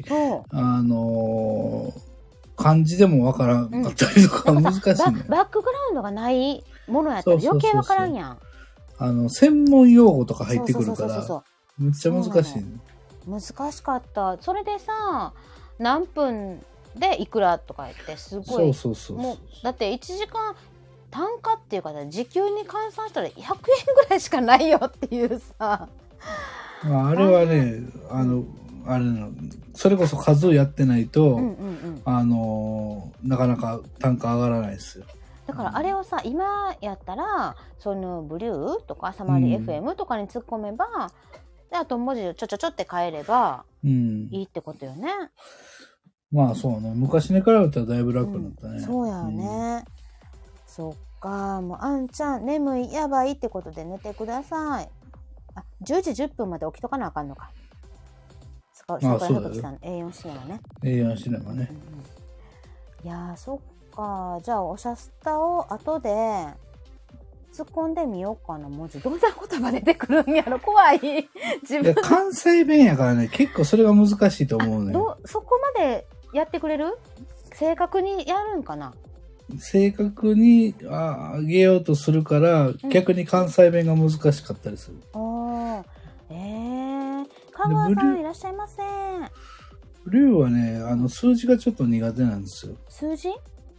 漢字でもわからんかったりとか難しいね。 バックグラウンドがないものやったら余計わからんやん。 専門用語とか入ってくるから、めっちゃ難しいね。 難しかった。それでさ、何分でいくらとか言って、すごい。もう、だって1時間、単価っていうか、時給に換算したら100円ぐらいしかないよっていうさ。 あれはね、あれそれこそ数やってないと、なかなか単価上がらないですよ。 だからあれをさ、今やったら、そのブリューとかサマリー FM とかに突っ込めば、で、あと文字をちょって変えればいいってことよね。 まあそうね。昔に比べたらだいぶ楽になったね。 そうやよね。そっか。もう、あんちゃん、眠い、やばいってことで寝てください。あ、10時10分まで起きとかなあかんのか。そうだよ。A4 シネマね。 A4 シネマね。 いやー、そっか。じゃあ、おしゃスタを後で突っ込んでみようかな。文字どんな言葉出てくるんやろ。怖い。 自分。関西弁やからね、結構それが難しいと思うね。 そこまでやってくれる？正確にやるんかな？ 正確にあげようとするから、逆に関西弁が難しかったりする。 香川さんいらっしゃいませ。 ブリューはね、数字がちょっと苦手なんですよ。 数字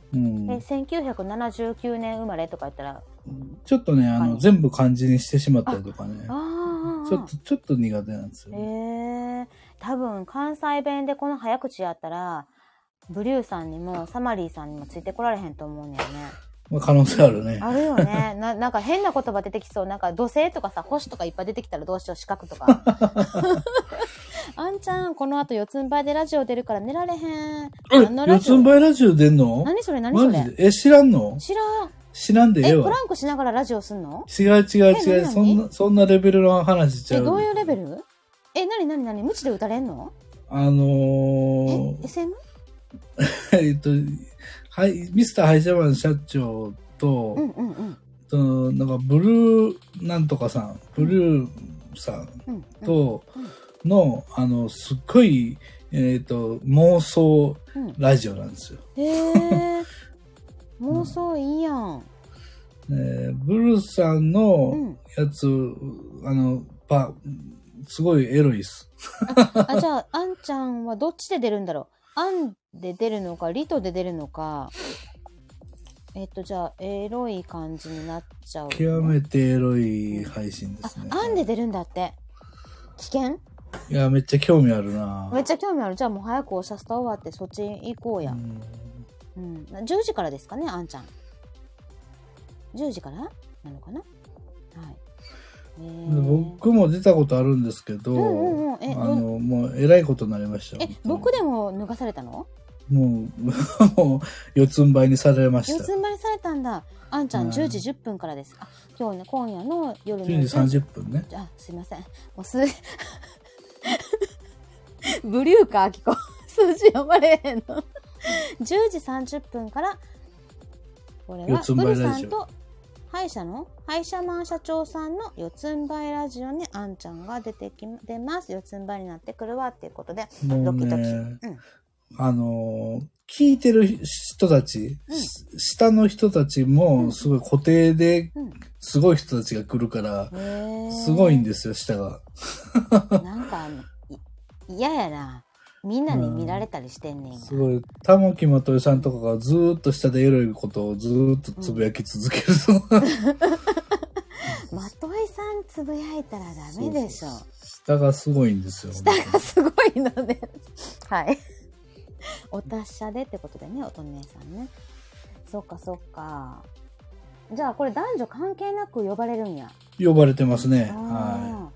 ？1979年生まれとか言ったら。 ちょっとね、全部漢字にしてしまったりとかね。ちょっと苦手なんですよ。 多分、関西弁でこの早口やったら、ブリューさんにもサマリーさんにもついてこられへんと思うんだよね。 まあ、可能性あるね。 あるよね。なんか変な言葉出てきそう。なんか土星とかさ、星とかいっぱい出てきたらどうしよう、四角とか。あんちゃん、この後四つん這いでラジオ出るから寝られへん。 四つん這いラジオ出んの？ 何それマジで？知らんの？知らんでええわ。 プランクしながらラジオすんの？ 違う。そんなレベルの話しちゃう。 どういうレベル？何無知で打たれんの？SM？ はい、ミスターハイジャマン社長と、なんかブルーなんとかさん、ブルーさんとの、すっごい妄想ラジオなんですよ。 へえ。妄想いいやん。 ブルーさんのやつ、すごいエロいっす。 じゃあ、あんちゃんはどっちで出るんだろう。あんで出るのか、リトで出るのか。じゃあ、エロい感じになっちゃう、ね。 極めてエロい配信ですね。 あんで出るんだって。危険？ いや、めっちゃ興味あるな。 めっちゃ興味ある。じゃあもう早くおしゃスタ終わってそっち行こうや。10時からですかね、あんちゃん。10時からなのかな。はい。 僕も出たことあるんですけど、もうえらいことになりました。 僕でも脱がされたの？ もう四つん這いにされました。 四つん這いにされたんだ。あんちゃん10時10分からです。今日ね、今夜の夜の 10時30分ね。 すいません。もうブリューか、あきこ。数字読まれへんの。10時30分から、これは、ブルさんと歯医者マン社長さんの四つん這いラジオにあんちゃんが出ます。四つん這いになってくるわっていうことで、ドキドキ。 聞いてる人たち、下の人たちもすごい固定で、すごい人たちが来るから、すごいんですよ、下が。 なんか、嫌やな。みんなに見られたりしてんねん。 すごい。玉木まといさんとかがずーっと下でエロいことをずーっとつぶやき続けると。 まといさんつぶやいたらダメでしょ。 下がすごいんですよ。 下がすごいのね。はい。お達者でってことでね、おとねさんね。そっかそっか。じゃあこれ男女関係なく呼ばれるんや。 呼ばれてますね。はい。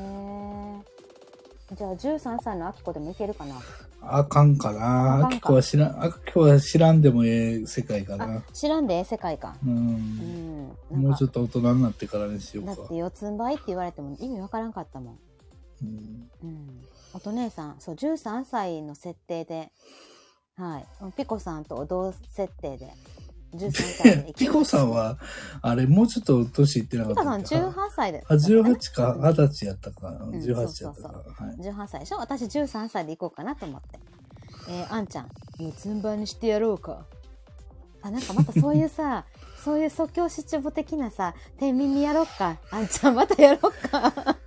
じゃあ13歳のあきこでもいけるかな。 あかんかな。あきこは知らんでもええ世界かな。 知らんでええ世界か。 もうちょっと大人になってからにしようか。 だって四つん這いって言われても意味わからんかったもん。おと姉さん、そう、13歳の設定で、はい。ピコさんと同設定で、13歳で。 ピコさんは、あれ、もうちょっと年いってなかったっけ？ ピコさん18歳で。 18か、20歳やったか。18やったか。 18歳でしょ？私13歳で行こうかなと思って。あんちゃん、四つん這いにしてやろうか。なんかまたそういうさ、そういう即興七五的なさ、天耳やろっか。あんちゃんまたやろっか。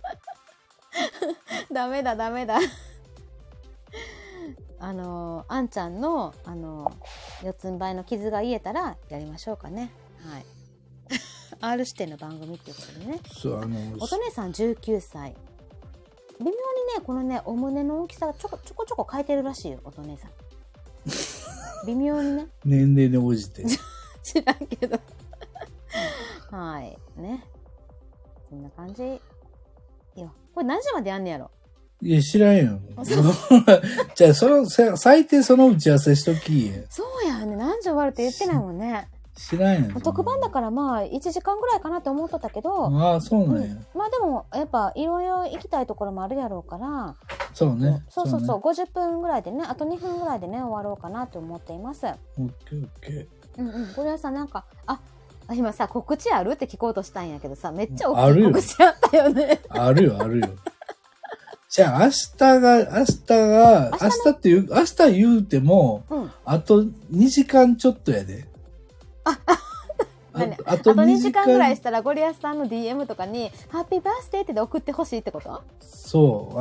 ダメだ。あんちゃんの、四つん這いの傷が癒えたらやりましょうかね。はい。R 指定の番組っていうことでね。おとねさん19歳。微妙にね、このね、お胸の大きさがちょこちょこ変えてるらしいよ、おとねさん。微妙にね。 年齢に応じて。 知らんけど。はい。ね。そんな感じ。よ。これ何時までやんねやろ？ いや、知らんよ。じゃあ、最低その打ち合わせしとき。 そうやね。何時終わるって言ってないもんね。 知らんよ。 特番だからまあ、1時間ぐらいかなって思っとったけど。 ああ、そうなんや。 まあでも、やっぱ、いろいろ行きたいところもあるやろうから。 そうね。 そう。50分ぐらいでね、あと2分ぐらいでね、終わろうかなと思っています。 オッケー。 これはさ、なんか、今さ、告知あるって聞こうとしたんやけどさ、めっちゃ大きい告知あったよね。 あるよ。じゃあ明日言うても、あと2時間ちょっとやで。あと2時間ぐらいしたらゴリアスさんの DM とかにハッピーバースデーって送ってほしいってこと？ そう。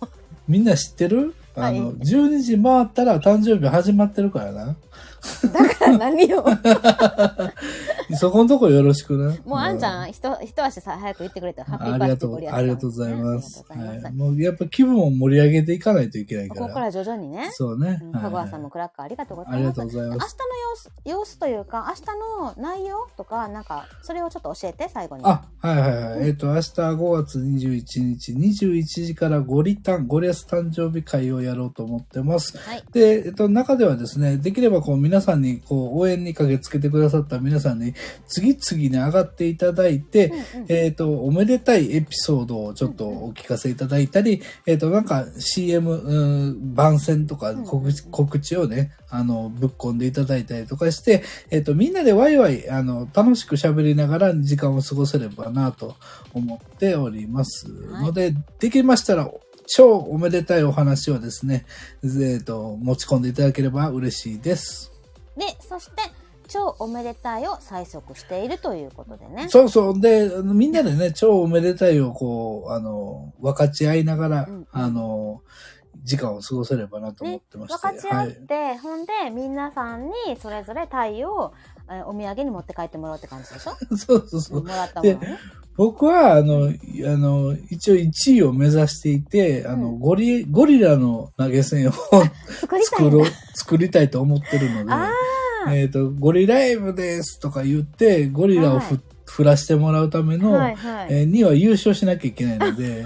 みんな知ってる？12時回ったら誕生日始まってるからな。 だから何よ。 そこのとこよろしくな。 もうあんちゃん、一足さ、早く言ってくれた。ハッピーバースデーゴリアスさん。 ありがとうございます。もうやっぱ気分を盛り上げていかないといけないから。 ここから徐々にね。 そうね。 かぐわさんもクラッカーありがとうございます。 ありがとうございます。 明日の様子というか、明日の内容とか、なんか、それをちょっと教えて、最後に。 はい。明日5月21日、21時からゴリアス誕生日会をやろうと思ってます。 はい。 で、中ではですね、できれば皆さんに応援に駆けつけてくださった皆さんに次々に上がっていただいて、おめでたいエピソードをちょっとお聞かせいただいたり、なんか CM、番宣とか告知をね、ぶっ込んでいただいたりとかして、みんなでワイワイ、楽しく喋りながら時間を過ごせればなと思っておりますので、できましたら、 超おめでたいお話をですね、持ち込んでいただければ嬉しいです。 で、そして、超おめでたいを催促しているということでね。 そうそう。で、みんなでね、超おめでたいをこう、分かち合いながら、時間を過ごせればなと思ってまして。 分かち合って、ほんで、皆さんにそれぞれタイをお土産に持って帰ってもらうって感じでしょ？ そうそうそう。 もらったものね。 僕は、一応1位を目指していて、ゴリラの投げ銭を作りたいと思ってるので、ゴリライブですとか言って、ゴリラを振らしてもらうための、には優勝しなきゃいけないので、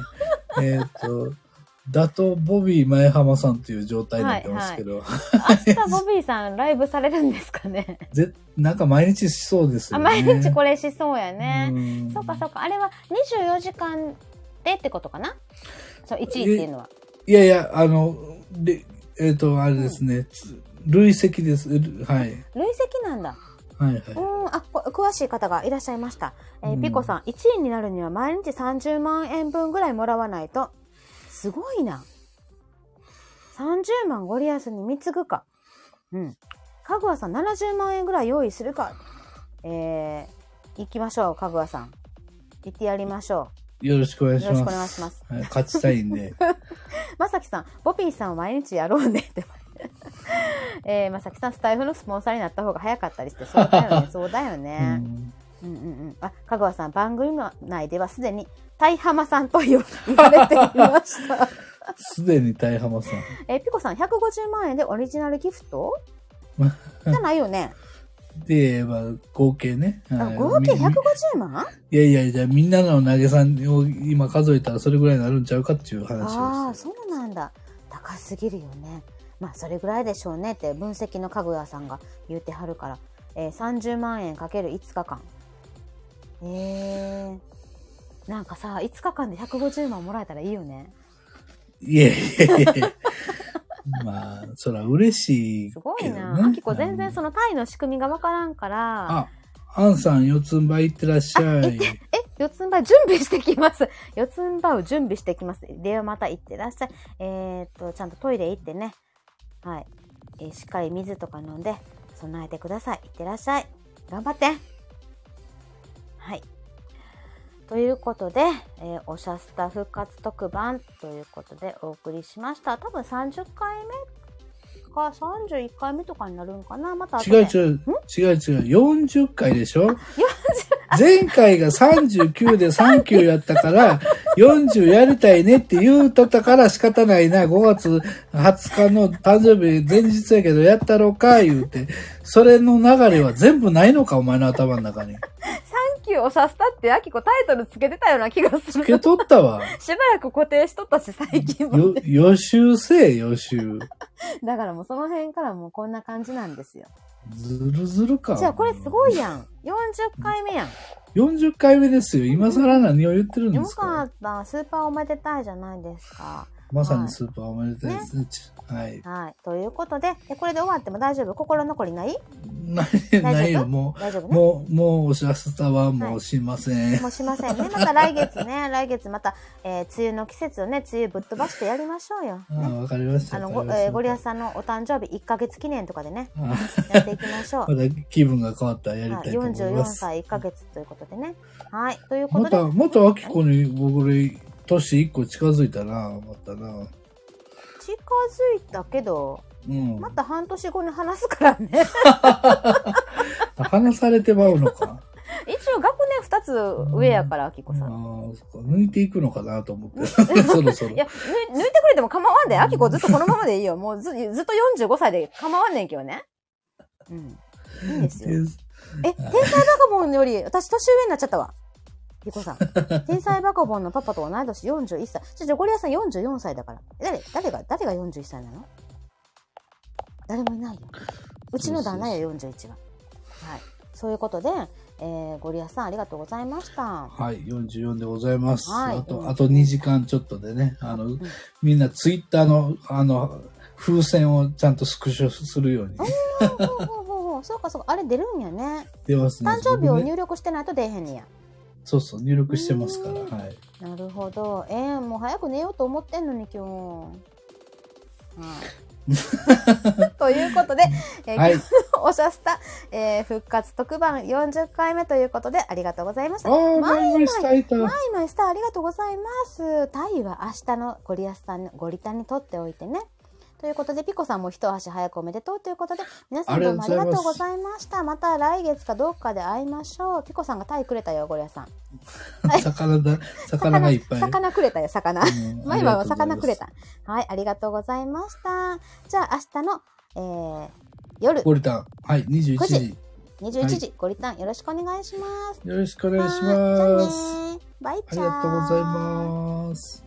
打倒ボビー前浜さんという状態になってますけど。 明日ボビーさんライブされるんですかね？ なんか毎日しそうですよね。 毎日これしそうやね。そうかそうか。あれは24時間でってことかな？そう、1位っていうのは。 いやいや、あれですね。累積です。はい。 累積なんだ。 はいはい。 詳しい方がいらっしゃいました。ピコさん、1位になるには毎日30万円分ぐらいもらわないと。すごいな。30万ゴリアスに貢ぐか。かぐわさん70万円ぐらい用意するか。行きましょう、かぐわさん。行ってやりましょう。よろしくお願いします。 よろしくお願いします。 はい、勝ちたいんで。 まさきさん、ボピーさん毎日やろうねって。まさきさん、スタイフのスポンサーになった方が早かったりして、そうだよね、そうだよね。かぐわさん、番組内ではすでに、タイハマさんと言われていました。 すでにタイハマさん。 ピコさん、150万円でオリジナルギフトじゃないよね。 で、合計ね。 合計150万？ いや、じゃあみんなの投げさんを今数えたらそれぐらいになるんちゃうかっていう話です。 ああ、そうなんだ。高すぎるよね。まあ、それぐらいでしょうねって分析のかぐやさんが言ってはるから。30万円かける5日間。なんかさ、5日間で150万もらえたらいいよね。 いや。まあ、そら嬉しいけどね。 すごいな。あきこ全然そのタイの仕組みがわからんから。 アンさん、四つん這い行ってらっしゃい。 四つん這い準備してきます。四つん這いを準備してきます。ではまた行ってらっしゃい。ちゃんとトイレ行ってね。はい。しっかり水とか飲んで備えてください。行ってらっしゃい。頑張って。はい。ということで、おしゃスタ復活特番ということでお送りしました。多分30回目か31回目とかになるんかな。また違う。40回でしょ？前回が39で39やったから、40やりたいねって言うとったから仕方ないな。5月20日の誕生日前日やけどやったろうか言うて、それの流れは全部ないのかお前の頭の中に。 おしゃスタってあきこタイトルつけてたような気がする。 つけとったわ。 しばらく固定しとったし、最近も、ね。 予習せえ、予習。 だからもうその辺からもうこんな感じなんですよ。 ずるずるか。 じゃあこれすごいやん。40回目やん。 40回目ですよ。今更何を言ってるんですか？ よかった。スーパーおめでたいじゃないですか。 まさにスーパーおめでたいですね。はい。 はい。ということで、これで終わっても大丈夫？心残りない？ ないよ。もう、大丈夫ね、もうおしゃスタはもうしません。 もうしませんね。また来月ね、来月また、梅雨の季節をね、梅雨ぶっ飛ばしてやりましょうよ。 ね、わかりました。 ゴリアスさんのお誕生日1ヶ月記念とかでね、やっていきましょう。 また気分が変わったらやりたいと思います。 44歳1ヶ月ということでね。はい。ということで。 また、あきこに僕で、年1個近づいたな、またな。 近づいたけど、また半年後に話すからね。 話されてまうのか。 一応学年2つ上やから、あきこさん。 そっか。抜いていくのかなと思って。そろそろ。 いや、抜いてくれても構わんで。あきこずっとこのままでいいよ。もうずっと45歳で構わんねんけどね。いいんですよ。天才バカボンより、私年上になっちゃったわ。ピコさん。天才バカボンのパパと同い年41歳。ゴリアさん44歳だから。誰が41歳なの？誰もいないよ。うちの旦那よ、41は。はい。そういうことで、ゴリアさんありがとうございました。 はい、44でございます。はい、あと2時間ちょっとでね、みんなツイッターの、風船をちゃんとスクショするように。 そうか、あれ出るんやね。 出ますね。 誕生日を入力してないと出へんねや。 そうそう、入力してますから。はい。 なるほど。もう早く寝ようと思ってんのに今日。ということで、 はい、 今日のおしゃスタ、復活特番40回目ということでありがとうございました。 マイマイスターありがとうございます。タイは明日のゴリアスさんのゴリタンにとっておいてね。ということで、ピコさんも一足早くおめでとうということで、皆さんどうもありがとうございました。また来月かどっかで会いましょう。ピコさんがタイくれたよ、ゴリアスさん。 魚がいっぱい。 魚くれたよ、魚。マイマイは魚くれた。はい、ありがとうございました。じゃあ、明日の、夜。 ゴリタン。はい、21時。 21時、ゴリタンよろしくお願いします。 よろしくお願いします。 じゃあね。バイチャー。 ありがとうございます。